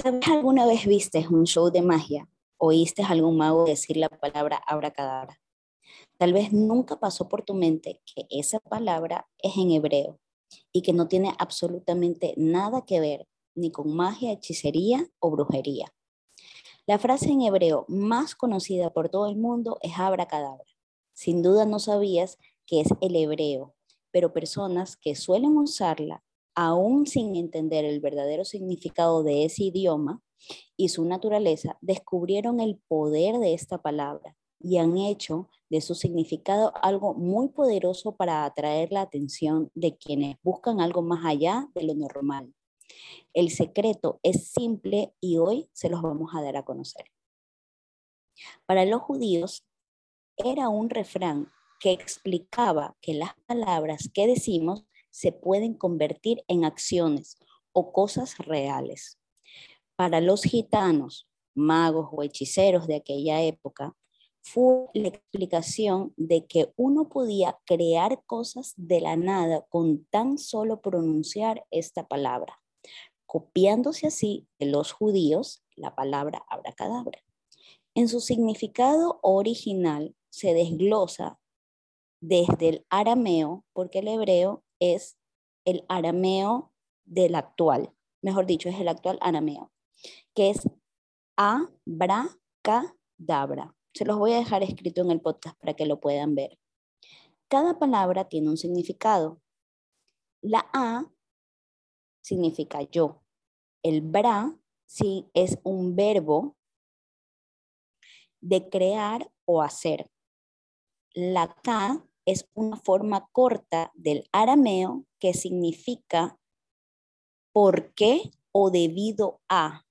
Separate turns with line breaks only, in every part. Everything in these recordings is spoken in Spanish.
¿Sabes alguna vez viste un show de magia? ¿Oíste a algún mago decir la palabra abracadabra? Tal vez nunca pasó por tu mente que esa palabra es en hebreo y que no tiene absolutamente nada que ver ni con magia, hechicería o brujería. La frase en hebreo más conocida por todo el mundo es abracadabra. Sin duda no sabías que es el hebreo, pero personas que suelen usarla, aún sin entender el verdadero significado de ese idioma y su naturaleza, descubrieron el poder de esta palabra y han hecho de su significado algo muy poderoso para atraer la atención de quienes buscan algo más allá de lo normal. El secreto es simple y hoy se los vamos a dar a conocer. Para los judíos era un refrán que explicaba que las palabras que decimos se pueden convertir en acciones o cosas reales. Para los gitanos, magos o hechiceros de aquella época, fue la explicación de que uno podía crear cosas de la nada con tan solo pronunciar esta palabra, copiándose así de los judíos la palabra abracadabra. En su significado original se desglosa desde el arameo, porque el hebreo es el arameo del actual, mejor dicho, es el actual arameo, que es abracadabra. Se los voy a dejar escrito en el podcast para que lo puedan ver. Cada palabra tiene un significado. La A significa yo. El bra sí es un verbo de crear o hacer. La K es una forma corta del arameo que significa por qué o debido a.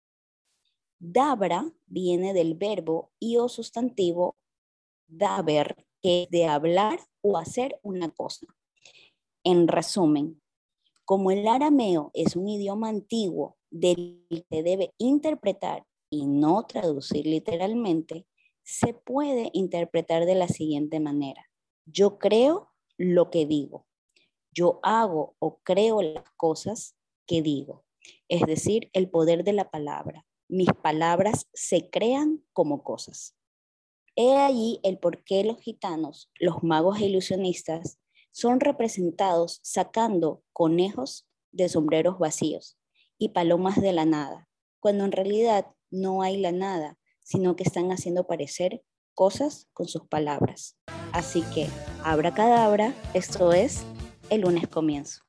Dabra viene del verbo y o sustantivo daber, que es de hablar o hacer una cosa. En resumen, como el arameo es un idioma antiguo del que se debe interpretar y no traducir literalmente, se puede interpretar de la siguiente manera. Yo creo lo que digo. Yo hago o creo las cosas que digo. Es decir, el poder de la palabra. Mis palabras se crean como cosas. He allí el por qué los gitanos, los magos e ilusionistas, son representados sacando conejos de sombreros vacíos y palomas de la nada, cuando en realidad no hay la nada, sino que están haciendo parecer cosas con sus palabras. Así que, abracadabra, esto es El lunes comienzo.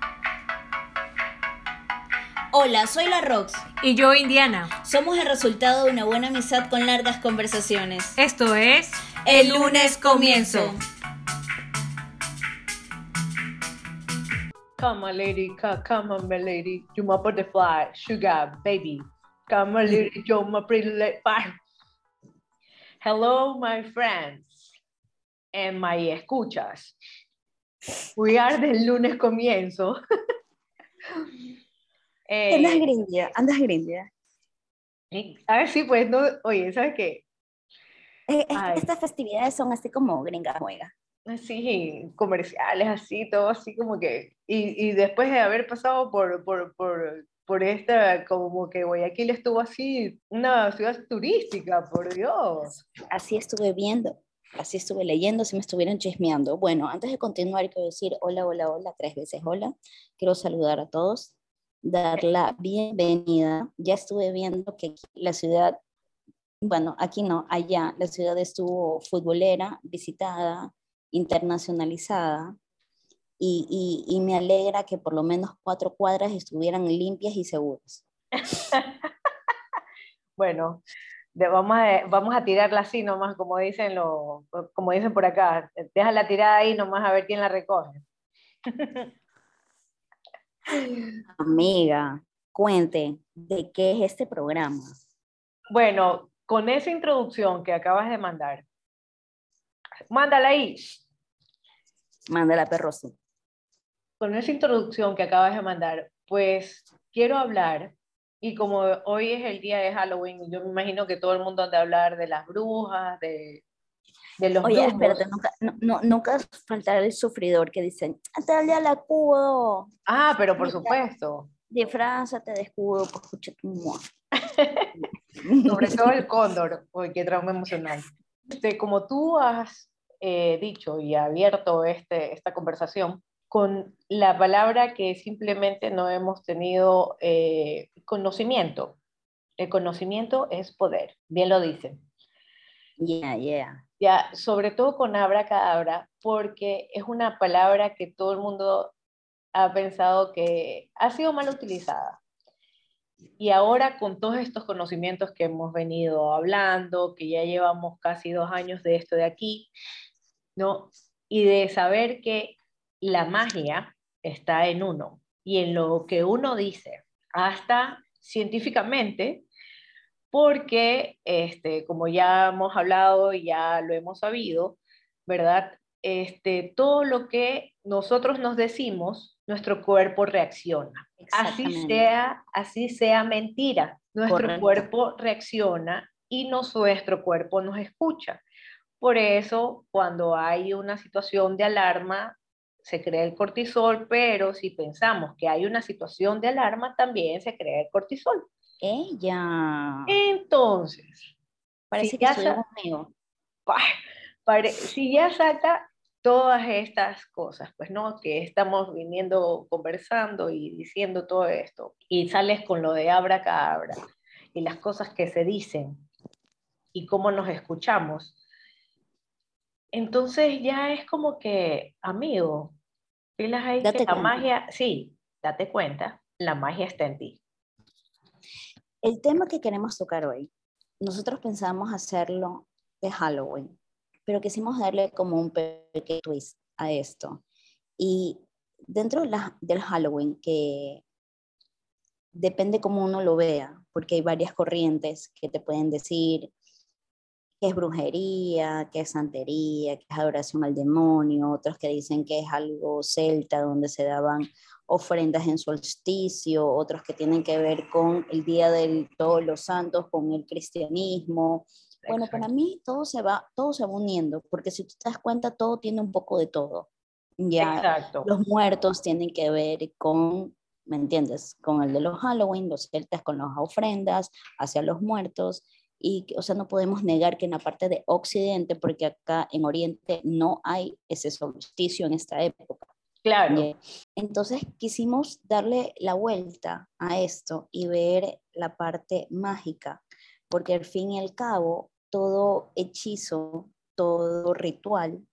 Hola, soy la Rox.
Y yo, Indiana.
Somos el resultado de una buena amistad con largas conversaciones.
Esto es
El lunes comienzo.
Come on, lady, come on, my lady. You my butterfly, sugar, baby. Come on, lady, you my pretty lady. Hello, my friends and my escuchas. We are del lunes comienzo.
Andas grindia, andas grindia.
A ver, sí, pues, no, oye, ¿sabes qué?
Estas festividades son así como gringa juega.
Sí, comerciales, así, todo así como que, y después de haber pasado por esta, como que Guayaquil estuvo así, una ciudad turística, por Dios.
Así estuve viendo, así estuve leyendo, se me estuvieron chismeando. Bueno, antes de continuar, quiero decir hola, hola, hola, 3 veces hola. Quiero saludar a todos, dar la bienvenida. Ya estuve viendo que aquí la ciudad, bueno, aquí no, allá, la ciudad estuvo futbolera, visitada, internacionalizada, y me alegra que por lo menos 4 cuadras estuvieran limpias y seguras.
Bueno, vamos a tirarla así nomás, como dicen por acá. Déjala tirada ahí nomás a ver quién la recoge.
Amiga, cuente de qué es este programa.
Bueno, con esa introducción que acabas de mandar, mándala ahí.
Mándala, perroso.
Con esa introducción que acabas de mandar, pues quiero hablar, y como hoy es el día de Halloween, yo me imagino que todo el mundo anda a hablar de las brujas, de los
Oye,
brujos.
espérate, nunca faltará el sufridor que dicen, ¡dale a la cubo!
Ah, pero por supuesto.
Disfrázate de escudo, pues escucha tu mua.
Sobre todo el cóndor, uy, qué trauma emocional. Como tú has dicho y abierto esta conversación con la palabra que simplemente no hemos tenido conocimiento. El conocimiento es poder, bien lo dicen.
Yeah.
Ya, sobre todo con abracadabra, porque es una palabra que todo el mundo ha pensado que ha sido mal utilizada. Y ahora con todos estos conocimientos que hemos venido hablando, que ya llevamos casi 2 años de esto de aquí, ¿no? Y de saber que la magia está en uno y en lo que uno dice, hasta científicamente, porque como ya hemos hablado y ya lo hemos sabido, ¿verdad? Todo lo que nosotros nos decimos, nuestro cuerpo reacciona.
Exactamente.
Así sea mentira, nuestro
Correcto.
cuerpo reacciona y nuestro cuerpo nos escucha. Por eso, cuando hay una situación de alarma, se crea el cortisol, pero si pensamos que hay una situación de alarma, también se crea el cortisol.
Ella.
Entonces, si
Parece que
ya,
estudió conmigo.
si ya saca todas estas cosas, pues no, que estamos viniendo conversando y diciendo todo esto, y sales con lo de abracadabra y las cosas que se dicen y cómo nos escuchamos, entonces ya es como que, amigo, pilas ahí que
Date
la
cuenta.
magia, sí, date cuenta, la magia está en ti.
El tema que queremos tocar hoy, nosotros pensamos hacerlo de Halloween, pero quisimos darle como un pequeño twist a esto. Y dentro del Halloween, que depende cómo uno lo vea, porque hay varias corrientes que te pueden decir que es brujería, que es santería, que es adoración al demonio, otros que dicen que es algo celta, donde se daban ofrendas en solsticio, otros que tienen que ver con el Día de Todos los Santos, con el cristianismo. Bueno, para
Exacto.
mí todo se va uniendo, porque si tú te das cuenta, todo tiene un poco de todo. Ya
Exacto.
los muertos tienen que ver con, ¿me entiendes? Con el de los Halloween, los celtas con las ofrendas hacia los muertos, y, o sea, no podemos negar que en la parte de Occidente, porque acá en Oriente no hay ese solsticio en esta época.
Claro.
¿Ya? Entonces quisimos darle la vuelta a esto y ver la parte mágica, porque al fin y al cabo, todo hechizo, todo ritual,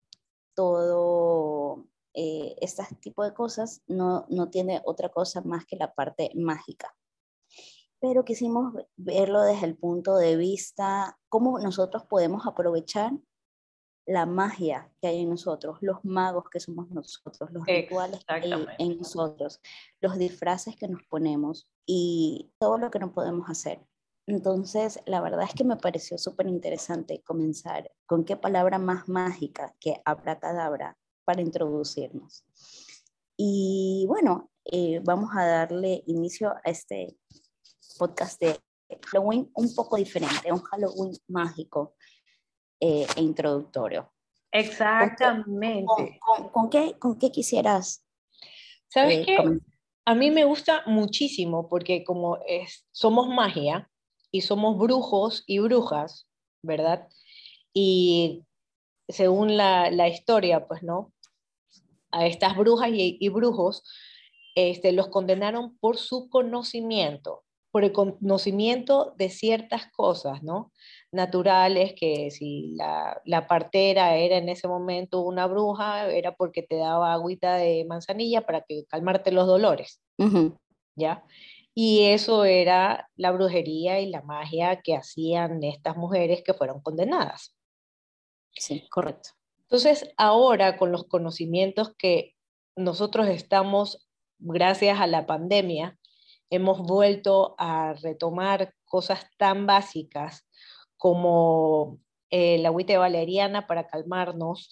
todo este tipo de cosas no tiene otra cosa más que la parte mágica, pero quisimos verlo desde el punto de vista, cómo nosotros podemos aprovechar la magia que hay en nosotros, los magos que somos nosotros, los rituales que hay
Exactamente.
en nosotros, los disfraces que nos ponemos y todo lo que no podemos hacer. Entonces, la verdad es que me pareció súper interesante comenzar con qué palabra más mágica que abracadabra para introducirnos. Y bueno, vamos a darle inicio a este podcast de Halloween un poco diferente, un Halloween mágico e introductorio.
Exactamente.
Con qué quisieras
¿Sabes qué?
comenzar?
A mí me gusta muchísimo porque somos magia y somos brujos y brujas, ¿verdad? Y según la historia, pues, ¿no? A estas brujas y brujos los condenaron por su conocimiento, por el conocimiento de ciertas cosas, ¿no? Naturales, que si la partera era en ese momento una bruja, era porque te daba agüita de manzanilla para que calmarte los dolores, ¿ya? Y eso era la brujería y la magia que hacían estas mujeres que fueron condenadas.
Sí, correcto.
Entonces, ahora con los conocimientos que nosotros estamos, gracias a la pandemia, hemos vuelto a retomar cosas tan básicas como la agüita de valeriana para calmarnos,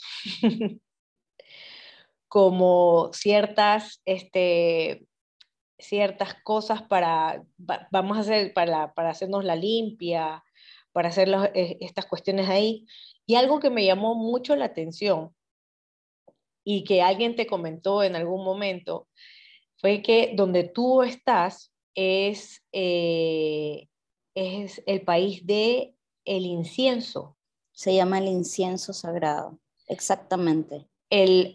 como ciertas cosas vamos a hacer para hacernos la limpia, para hacer estas cuestiones ahí. Y algo que me llamó mucho la atención y que alguien te comentó en algún momento fue que donde tú estás es el país de el incienso.
Se llama el incienso sagrado, exactamente.
El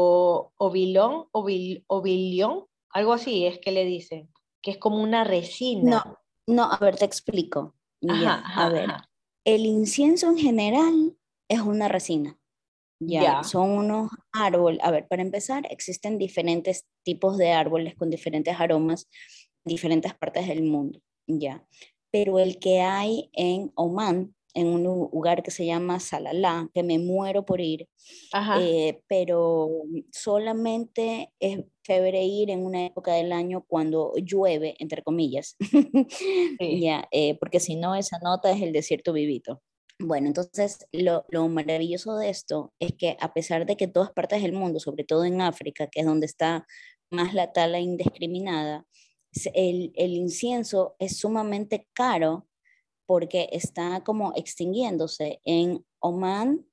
ovilión, algo así es que le dicen, que es como una resina.
No, no, a ver, te explico.
Ajá,
Ya,
ajá,
a ver.
ajá.
El incienso en general es una resina. Ya,
Ya,
son unos árboles. A ver, para empezar, existen diferentes tipos de árboles con diferentes aromas en diferentes partes del mundo. Ya, pero el que hay en Oman, en un lugar que se llama Salalah, que me muero por ir,
ajá,
pero solamente es chévere ir en una época del año cuando llueve, entre comillas,
sí.
ya, porque si no, esa nota es el desierto vivito. Bueno, entonces lo maravilloso de esto es que a pesar de que en todas partes del mundo, sobre todo en África, que es donde está más la tala indiscriminada, el incienso es sumamente caro porque está como extinguiéndose. En Oman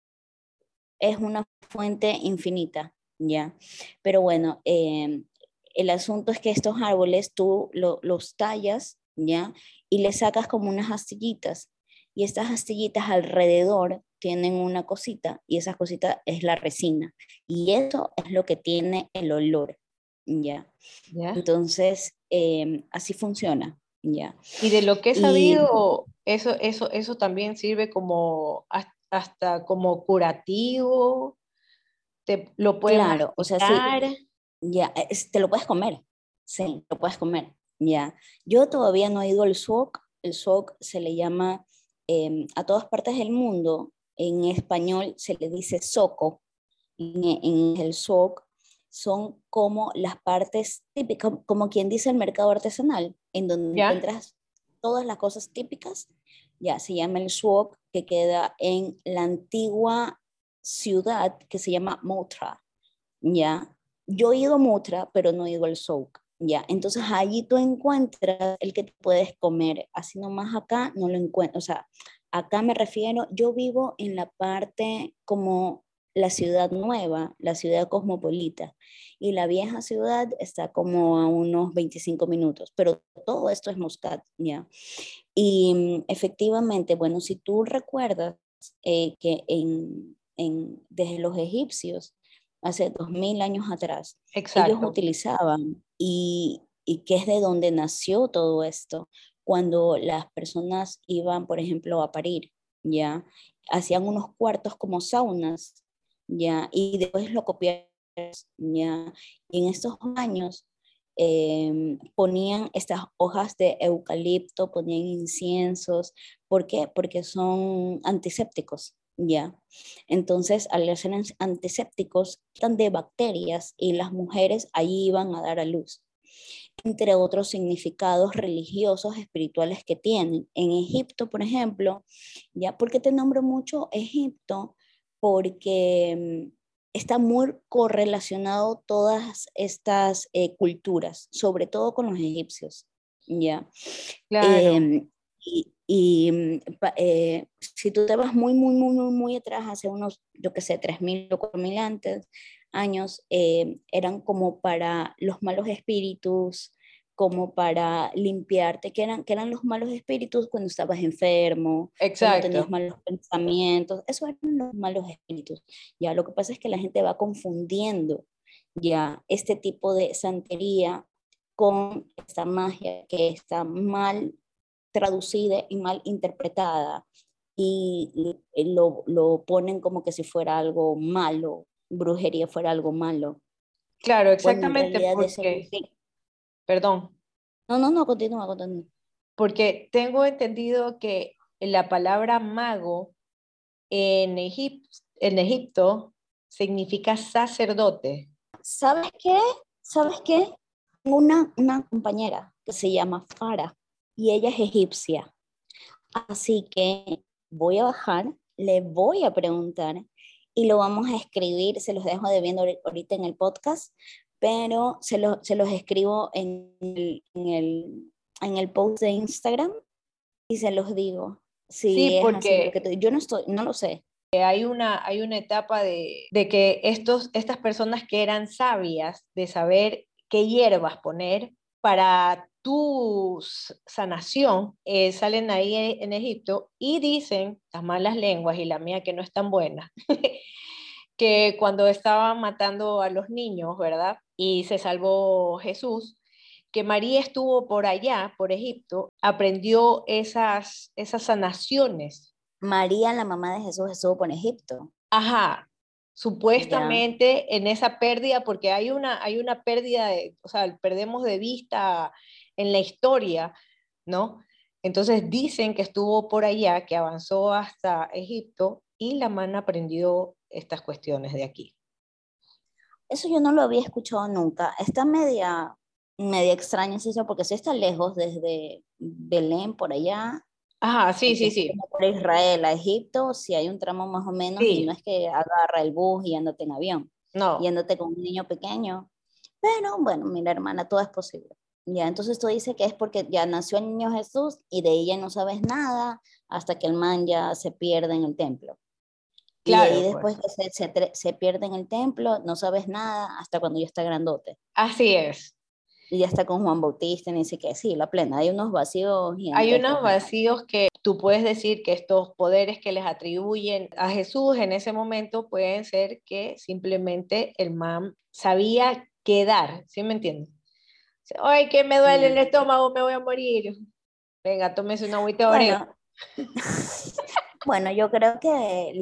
es una fuente infinita, ¿ya? Pero bueno, el asunto es que estos árboles tú los tallas, ¿ya? Y le sacas como unas astillitas, y estas astillitas alrededor tienen una cosita, y esa cosita es la resina, y eso es lo que tiene el olor, ¿ya?
Ya.
Entonces, así funciona, ¿ya?
Y de lo que he
Y
sabido, eso también sirve como hasta como curativo, te lo pueden
claro, o sea, sí,
masticar.
ya, te lo puedes comer, sí, lo puedes comer, ya. Yo todavía no he ido al SOC, el SOC se le llama a todas partes del mundo, en español se le dice soco, en el SOC son como las partes típicas, como quien dice el mercado artesanal, en donde
¿Ya?
encuentras todas las cosas típicas, ya se llama el SOC, que queda en la antigua ciudad que se llama Motra, ¿ya? Yo he ido a Mutra, pero no he ido al Souk, ¿ya? Entonces allí tú encuentras el que te puedes comer, así nomás acá no lo encuentro, o sea, acá me refiero, yo vivo en la parte como la ciudad nueva, la ciudad cosmopolita, y la vieja ciudad está como a unos 25 minutos, pero todo esto es Muscat, ¿ya? Y efectivamente, bueno, si tú recuerdas que desde los egipcios, hace 2000 años atrás, ellos
Exacto,
utilizaban y que es de donde nació todo esto, cuando las personas iban, por ejemplo, a parir, ¿ya? Hacían unos cuartos como saunas, ¿ya? Y después lo copiaron, ¿ya? Y en estos años ponían estas hojas de eucalipto, ponían inciensos. ¿Por qué? Porque son antisépticos, ¿ya? Entonces, al ser antisépticos, quitan de bacterias y las mujeres allí iban a dar a luz, entre otros significados religiosos, espirituales que tienen. En Egipto, por ejemplo, ¿ya? ¿Por qué te nombro mucho Egipto? Porque está muy correlacionado todas estas culturas, sobre todo con los egipcios, ¿ya?
claro,
Eh, si tú te vas muy, muy, muy, muy, muy atrás, hace unos, yo qué sé, 3000 o 4000 antes, años, eran como para los malos espíritus, como para limpiarte, que eran los malos espíritus cuando estabas enfermo, cuando tenías
exacto.
malos pensamientos, eso eran los malos espíritus. Ya, lo que pasa es que la gente va confundiendo ya este tipo de santería con esta magia que está mal traducida y mal interpretada y lo ponen como que si fuera algo malo, brujería fuera algo malo,
Claro,
cuando en
exactamente
realidad es el
porque, perdón,
No, no, no, continúa, continúa.
porque tengo entendido que la palabra mago en Egipto significa sacerdote.
¿Sabes qué? ¿Sabes qué? Tengo una compañera que se llama Farah y ella es egipcia. Así que voy a bajar, le voy a preguntar y lo vamos a escribir, se los dejo debiendo ahorita en el podcast, pero se los escribo en el post de Instagram y se los digo.
Sí,
Si es así,
porque
porque yo no estoy, no lo sé.
hay una etapa de que estas personas que eran sabias, de saber qué hierbas poner para tu sanación. Salen ahí en Egipto y dicen las malas lenguas y la mía que no es tan buena, que cuando estaban matando a los niños, ¿verdad? Y se salvó Jesús, que María estuvo por allá, por Egipto, aprendió esas sanaciones.
María, la mamá de Jesús, estuvo por Egipto.
Ajá,
Ya.
supuestamente en esa pérdida, porque hay una pérdida, o sea, perdemos de vista en la historia, ¿no? Entonces dicen que estuvo por allá, que avanzó hasta Egipto y la man aprendió estas cuestiones de aquí.
Eso yo no lo había escuchado nunca. Está media extraña esa historia, porque si está lejos desde Belén por allá,
Ajá, sí, sí,
entonces
sí,
como por Israel a Egipto, si hay un tramo más o menos, y no
sí,
es que agarra el bus y ándate en avión, y
no,
ándate con un niño pequeño. Pero bueno, mira hermana, todo es posible. Ya, entonces tú dices que es porque ya nació el niño Jesús y de ella no sabes nada hasta que el man ya se pierde en el templo. Y de ahí
claro,
después
pues,
que se pierde en el templo, no sabes nada hasta cuando ya está grandote.
así es.
Y ya está con Juan Bautista, ni siquiera, sí, la plena. Hay unos vacíos
Hay
gigantescos
unos
ahí.
vacíos que tú puedes decir que estos poderes que les atribuyen a Jesús en ese momento pueden ser que simplemente el man sabía qué dar, ¿sí me entiendes? Ay, que me duele el
Sí.
estómago, me voy a morir. Venga, tómese una agüita de orégano.
Bueno, bueno, yo creo que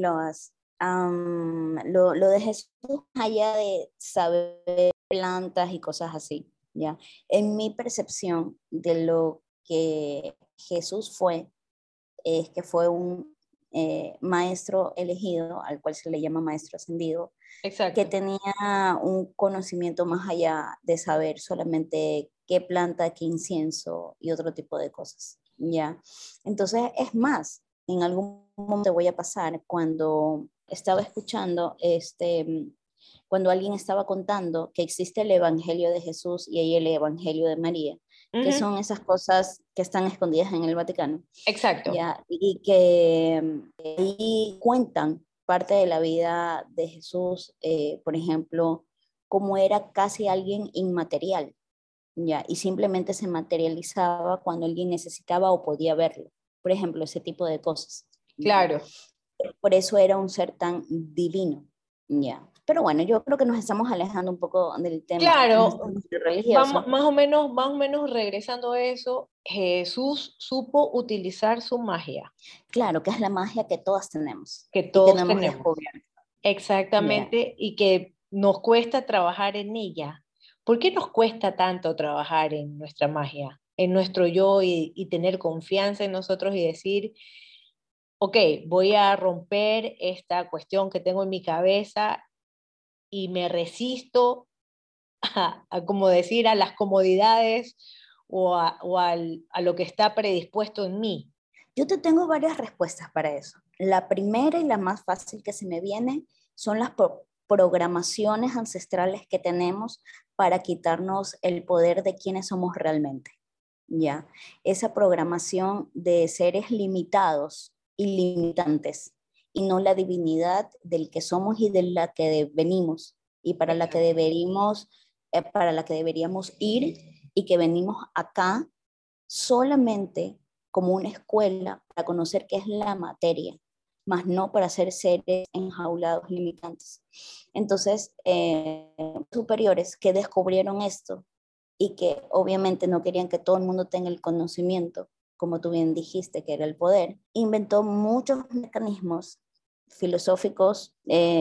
lo de Jesús, allá de saber plantas y cosas así, ¿ya? En mi percepción de lo que Jesús fue, es que fue un maestro elegido, al cual se le llama maestro ascendido, que
Exacto,
tenía un conocimiento más allá de saber solamente qué planta, qué incienso y otro tipo de cosas, ¿ya? Entonces, es más, en algún momento te voy a pasar cuando estaba escuchando, cuando alguien estaba contando que existe el Evangelio de Jesús y el Evangelio de María, que
ujú,
son esas cosas que están escondidas en el Vaticano,
exacto,
¿ya? Y que ahí cuentan parte de la vida de Jesús, por ejemplo, cómo era casi alguien inmaterial, ¿ya? Y simplemente se materializaba cuando alguien necesitaba o podía verlo. Por ejemplo, ese tipo de cosas, ¿ya?
claro.
Por eso era un ser tan divino, ¿ya? Pero bueno, yo creo que nos estamos alejando un poco del tema
Claro,
religioso.
más o menos regresando a eso, Jesús supo utilizar su magia,
Claro que es la magia que todas tenemos
que
y que no
todos
hemos
tenemos.
descubierto, ¿ya?
Exactamente, y que nos cuesta trabajar en ella. ¿Por qué nos cuesta tanto trabajar en nuestra magia, en nuestro yo y tener confianza en nosotros y decir, ok, voy a romper esta cuestión que tengo en mi cabeza y me resisto a como decir, a las comodidades a lo que está predispuesto en mí?
Yo te tengo varias respuestas para eso. La primera y la más fácil que se me viene son las programaciones ancestrales que tenemos para quitarnos el poder de quienes somos realmente. Ya, esa programación de seres limitados y limitantes y no la divinidad del que somos y de la que venimos y
Exacto.
para la que deberíamos ir y que venimos acá solamente como una escuela para conocer qué es la materia, más no para ser seres enjaulados limitantes. Entonces, superiores que descubrieron esto y que obviamente no querían que todo el mundo tenga el conocimiento, como tú bien dijiste, que era el poder, inventó muchos mecanismos filosóficos,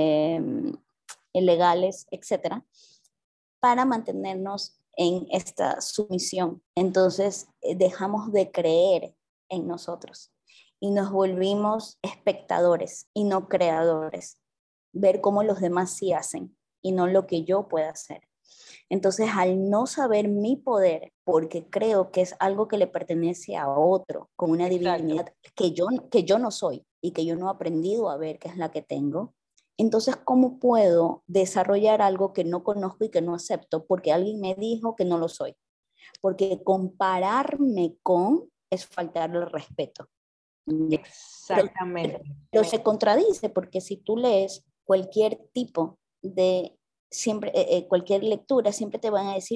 legales, etcétera, para mantenernos en esta sumisión. Entonces dejamos de creer en nosotros y nos volvimos espectadores y no creadores. Ver cómo los demás sí hacen y no lo que yo pueda hacer. Entonces, al no saber mi poder, porque creo que es algo que le pertenece a otro, con una
Exacto.
divinidad que yo no soy y que yo no he aprendido a ver que es la que tengo, entonces, ¿cómo puedo desarrollar algo que no conozco y que no acepto porque alguien me dijo que no lo soy? Porque compararme con es faltarle el respeto. Pero,
Exactamente.
pero se contradice porque si tú lees cualquier tipo de, siempre, cualquier lectura, siempre te van a decir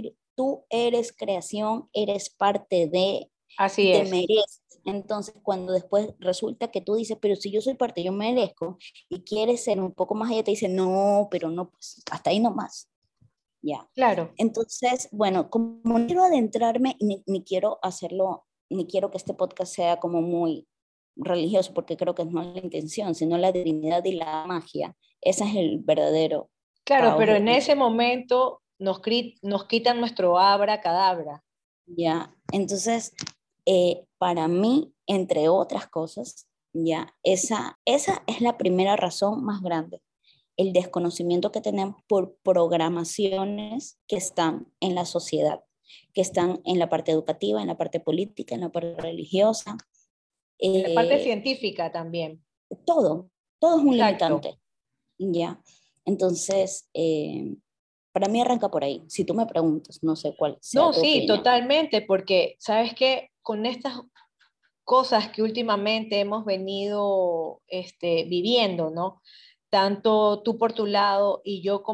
tú eres creación, eres parte de,
Así
y te
es.
mereces. Entonces, cuando después resulta que tú dices, pero si yo soy parte, yo merezco, y quieres ser un poco más allá, te dice, no, pero no, pues hasta ahí nomás. Ya.
Claro.
Entonces, bueno, como no quiero adentrarme, ni quiero hacerlo, ni quiero que este podcast sea como muy religioso, porque creo que no es la intención, sino la divinidad y la magia. Ese es el verdadero
Claro,
caos
pero
de
en ese
nosotros.
momento nos quitan nuestro abracadabra.
Ya. Entonces, para mí, entre otras cosas, ya, esa es la primera razón más grande, el desconocimiento que tenemos por programaciones que están en la sociedad, que están en la parte educativa, en la parte política, en la parte religiosa,
En la parte
eh,
científica también.
todo, todo es un
Exacto.
limitante, ¿ya? Entonces, para mí arranca por ahí. Si tú me preguntas, no sé cuál sea
No,
tu
sí,
opinión.
totalmente, porque sabes que con estas cosas que últimamente hemos venido viviendo, ¿no? Tanto tú por tu lado y yo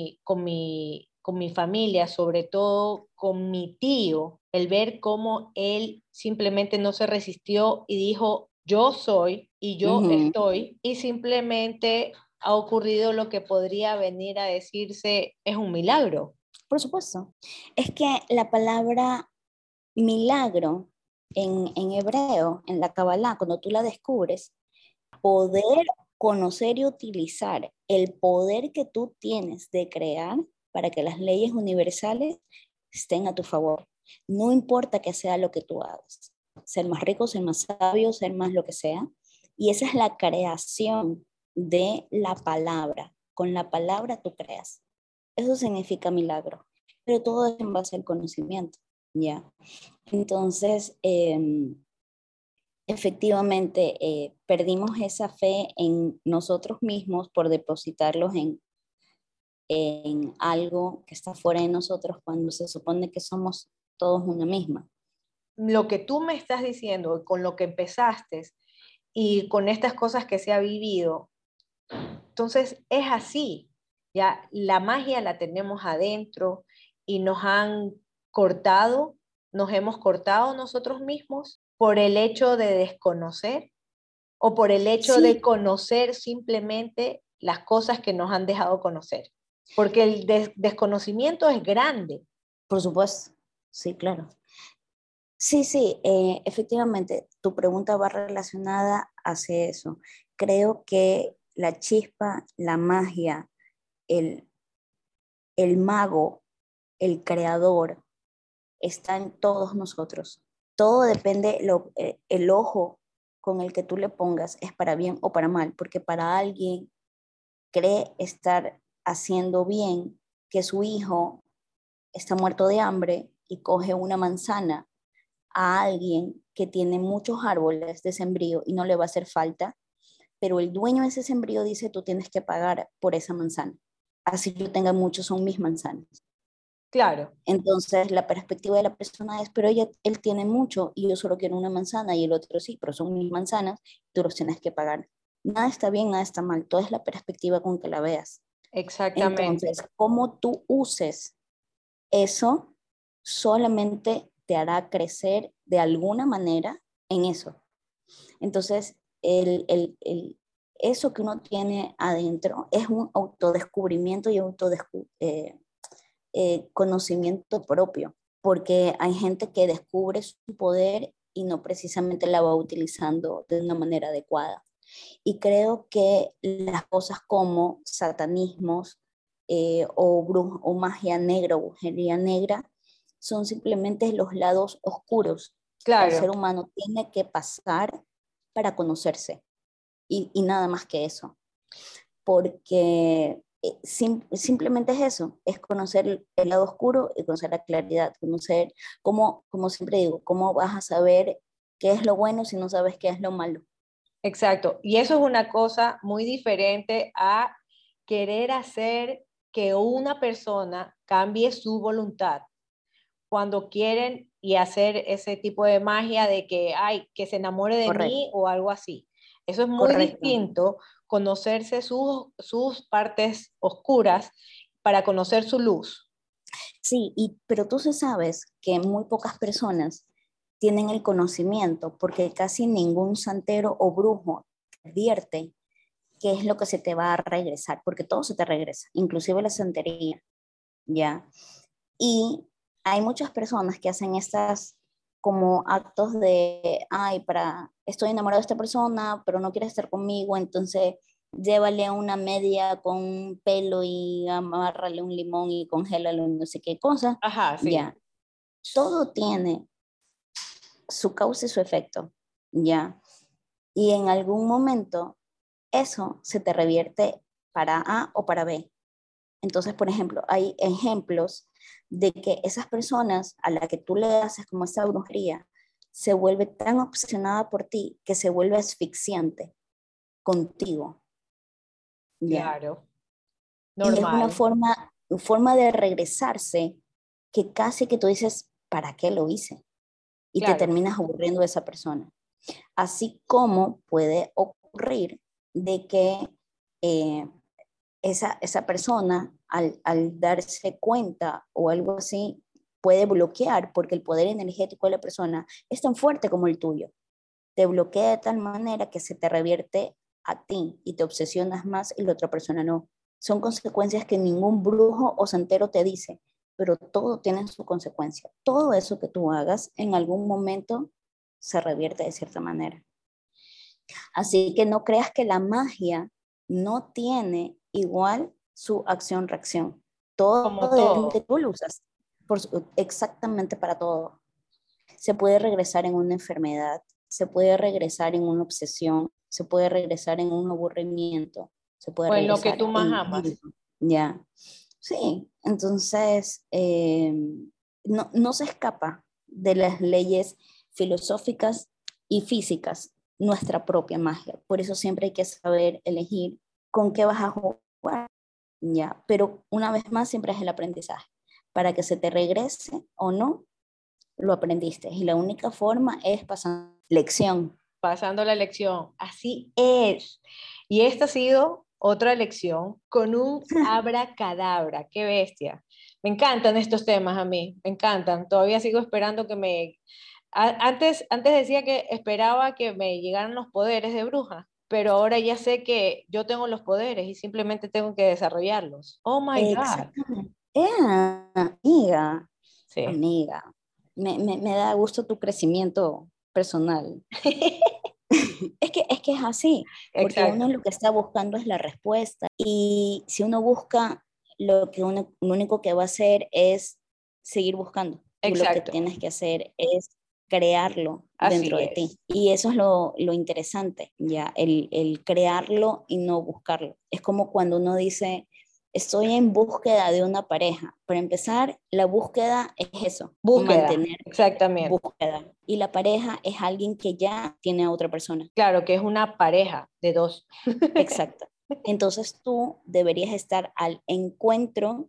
con mi familia, sobre todo con mi tío, el ver cómo él simplemente no se resistió y dijo, yo soy y yo
Ujú.
estoy, y simplemente ha ocurrido lo que podría venir a decirse es un milagro.
Por supuesto. Es que la palabra milagro en hebreo, en la Kabbalah, cuando tú la descubres, poder conocer y utilizar el poder que tú tienes de crear para que las leyes universales estén a tu favor. No importa que sea lo que tú hagas, ser más rico, ser más sabio, ser más lo que sea. Y esa es la creación de la palabra. Con la palabra tú creas. Eso significa milagro, pero todo es en base al conocimiento, ¿ya? Entonces, efectivamente, perdimos esa fe en nosotros mismos por depositarlos en algo que está fuera de nosotros cuando se supone que somos todos una misma.
Lo que tú me estás diciendo, con lo que empezaste y con estas cosas que se ha vivido, entonces es así, ya la magia la tenemos adentro y nos han cortado, nos hemos cortado nosotros mismos por el hecho de desconocer o por el hecho de
Sí,
conocer simplemente las cosas que nos han dejado conocer, porque el desconocimiento es grande.
por supuesto, sí, claro. Sí, sí, efectivamente, tu pregunta va relacionada hacia eso. Creo que la chispa, la magia, el, el mago, el creador, está en todos nosotros. Todo depende, el ojo con el que tú le pongas es para bien o para mal, porque para alguien cree estar haciendo bien que su hijo está muerto de hambre y coge una manzana a alguien que tiene muchos árboles de sembrío y no le va a hacer falta, pero el dueño de ese sembrío dice tú tienes que pagar por esa manzana. Así yo tenga muchos, son mis manzanas.
Claro,
Entonces la perspectiva de la persona es, pero él tiene mucho y yo solo quiero una manzana y el otro sí, pero son mis manzanas, tú los tienes que pagar. Nada está bien, nada está mal, toda es la perspectiva con que la veas.
exactamente.
Entonces, cómo tú uses eso solamente te hará crecer de alguna manera en eso. Entonces, eso que uno tiene adentro es un autodescubrimiento y conocimiento propio, porque hay gente que descubre su poder y no precisamente la va utilizando de una manera adecuada. Y creo que las cosas como satanismos o magia negra o brujería negra son simplemente los lados oscuros que el
Claro,
ser humano tiene que pasar para conocerse y nada más que eso, porque simplemente es eso, es conocer el lado oscuro y conocer la claridad, conocer, como siempre digo, cómo vas a saber qué es lo bueno si no sabes qué es lo malo.
exacto. Y eso es una cosa muy diferente a querer hacer que una persona cambie su voluntad cuando quieren y hacer ese tipo de magia de que, ay, que se enamore de
Correcto,
mí o algo así. Eso es muy
correcto.
distinto, conocerse sus partes oscuras para conocer su luz.
Sí, pero tú sí sabes que muy pocas personas tienen el conocimiento porque casi ningún santero o brujo te advierte qué es lo que se te va a regresar, porque todo se te regresa, inclusive la santería, ¿ya? Y hay muchas personas que hacen estas como actos de, ay, estoy enamorado de esta persona, pero no quiere estar conmigo, entonces llévale una media con pelo y amárrale un limón y congélalo, no sé qué cosa,
Ajá, sí.
ya. Todo tiene su causa y su efecto, ya. Y en algún momento eso se te revierte para A o para B. Entonces, por ejemplo, hay ejemplos de que esas personas a las que tú le haces como esa brujería se vuelve tan obsesionada por ti que se vuelve asfixiante contigo, ¿ya?
Claro,
Y es una
normal.
forma de regresarse que casi que tú dices, ¿para qué lo hice? Y te
Claro.
terminas aburriendo de esa persona. Así como puede ocurrir de que eh, esa persona al darse cuenta o algo así puede bloquear porque el poder energético de la persona es tan fuerte como el tuyo. Te bloquea de tal manera que se te revierte a ti y te obsesionas más y la otra persona no. Son consecuencias que ningún brujo o santero te dice, pero todo tiene su consecuencia. Todo eso que tú hagas en algún momento se revierte de cierta manera. Así que no creas que la magia no tiene igual su acción-reacción. Todo
Como
depende que
todo.
tú lo usas exactamente para todo. Se puede regresar en una enfermedad, se puede regresar en una obsesión, se puede regresar en un aburrimiento, se puede
O en lo que
regresar
tú más
en
amas.
ya. Sí, entonces no se escapa de las leyes filosóficas y físicas nuestra propia magia. Por eso siempre hay que saber elegir con qué vas a jugar, ya. Pero una vez más siempre es el aprendizaje. Para que se te regrese o no, lo aprendiste. Y la única forma es pasando lección.
Pasando la lección. Así es. Y esta ha sido otra lección con un abracadabra. Qué bestia. Me encantan estos temas a mí. Me encantan. Todavía sigo esperando que me... Antes decía que esperaba que me llegaran los poderes de bruja, pero ahora ya sé que yo tengo los poderes y simplemente tengo que desarrollarlos. Oh my God.
Exactamente. Amiga,
Sí.
amiga, me da gusto tu crecimiento personal. Es que es así, porque uno
Exacto.
lo que está buscando es la respuesta y si uno busca, lo único que va a hacer es seguir buscando. Tú lo que
Exacto.
tienes que hacer es crearlo dentro
Así
de ti.
es.
Y eso es lo interesante, ya, el crearlo y no buscarlo. Es como cuando uno dice, estoy en búsqueda de una pareja. Para empezar, la búsqueda es eso,
Búsqueda.
mantener
Exactamente.
búsqueda. Y la pareja es alguien que ya tiene a otra persona.
Claro que es una pareja de dos.
Exacto. Entonces tú deberías estar al encuentro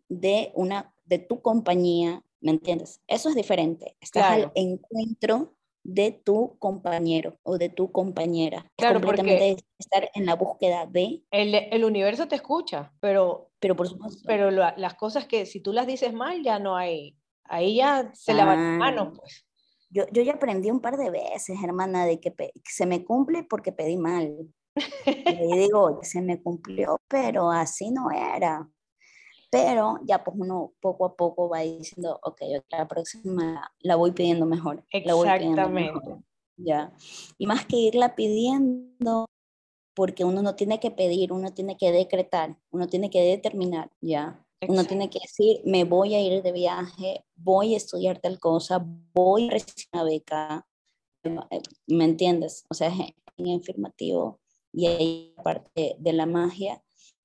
de tu compañía, ¿me entiendes? Eso es diferente. Estás al
Claro,
encuentro de tu compañero o de tu compañera. Es
claro, porque
completamente estar en la búsqueda de,
el universo te escucha,
pero por supuesto,
pero las cosas que si tú las dices mal ya no hay, ahí ya se lavan las
claro.
manos, pues.
Yo ya aprendí un par de veces, hermana, de que se me cumple porque pedí mal. Y ahí digo, se me cumplió, pero así no era. Pero ya pues uno poco a poco va diciendo, ok, la próxima la voy pidiendo mejor, la voy pidiendo
Exactamente,
mejor, ya. Y más que irla pidiendo, porque uno no tiene que pedir, uno tiene que decretar, uno tiene que determinar, ya. Uno tiene
exacto.
que decir, me voy a ir de viaje, voy a estudiar tal cosa, voy a recibir una beca, ¿me entiendes? O sea, es en afirmativo y ahí parte de la magia.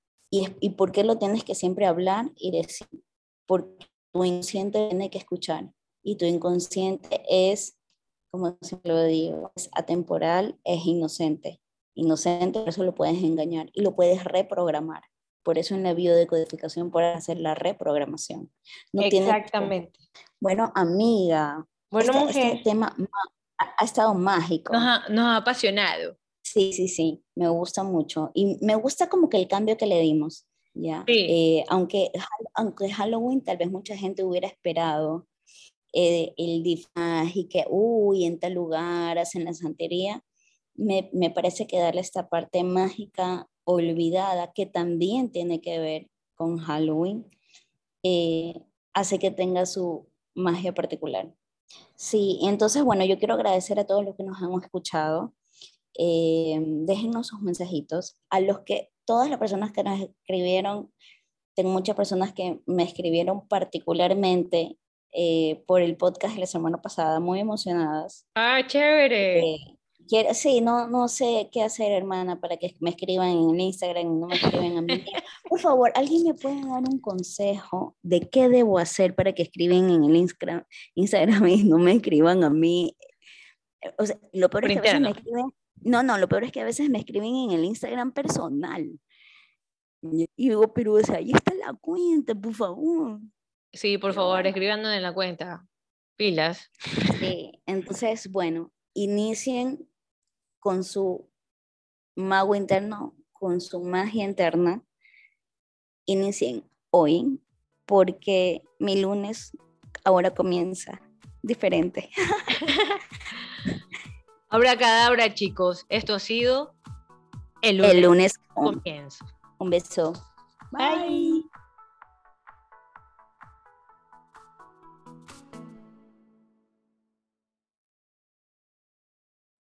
¿Y por qué lo tienes que siempre hablar y decir? Porque tu inconsciente tiene que escuchar y tu inconsciente es, como siempre lo digo, es atemporal, es inocente. Inocente, por eso lo puedes engañar y lo puedes reprogramar. Por eso en la biodecodificación puedes hacer la reprogramación. No tiene tiempo.
Exactamente.
Bueno, amiga,
Bueno,
este
mujer,
tema ha estado mágico.
Nos ha apasionado.
Sí, sí, sí, me gusta mucho. Y me gusta como que el cambio que le dimos. ¿ya?
Sí.
Aunque Halloween tal vez mucha gente hubiera esperado el disfraz y que, uy, en tal lugar hacen la santería, me parece que darle esta parte mágica olvidada que también tiene que ver con Halloween, eh, hace que tenga su magia particular. Sí, entonces, bueno, yo quiero agradecer a todos los que nos han escuchado. Déjennos sus mensajitos. Todas las personas que nos escribieron, tengo muchas personas que me escribieron particularmente por el podcast de la semana pasada, muy emocionadas.
Ah, chévere.
Eh, sí, no sé qué hacer, hermana, para que me escriban en el Instagram y no me escriben a mí. Por favor, ¿alguien me puede dar un consejo de qué debo hacer para que escriban en el Instagram y no me escriban a mí? O sea, lo peor
Por
es que a veces me
interno.
escriben, no, lo peor es que a veces me escriben en el Instagram personal. Y digo, pero o sea, ahí está la cuenta, por favor.
Sí, por
Pero
favor,
bueno,
escríbanos en la cuenta. Pilas.
sí. Entonces, bueno, inicien con su mago interno, con su magia interna, inicien hoy, porque mi lunes ahora comienza diferente.
Abracadabra, chicos. Esto ha sido el
El
lunes
lunes,
comienzo.
un beso.
Bye.
Bye.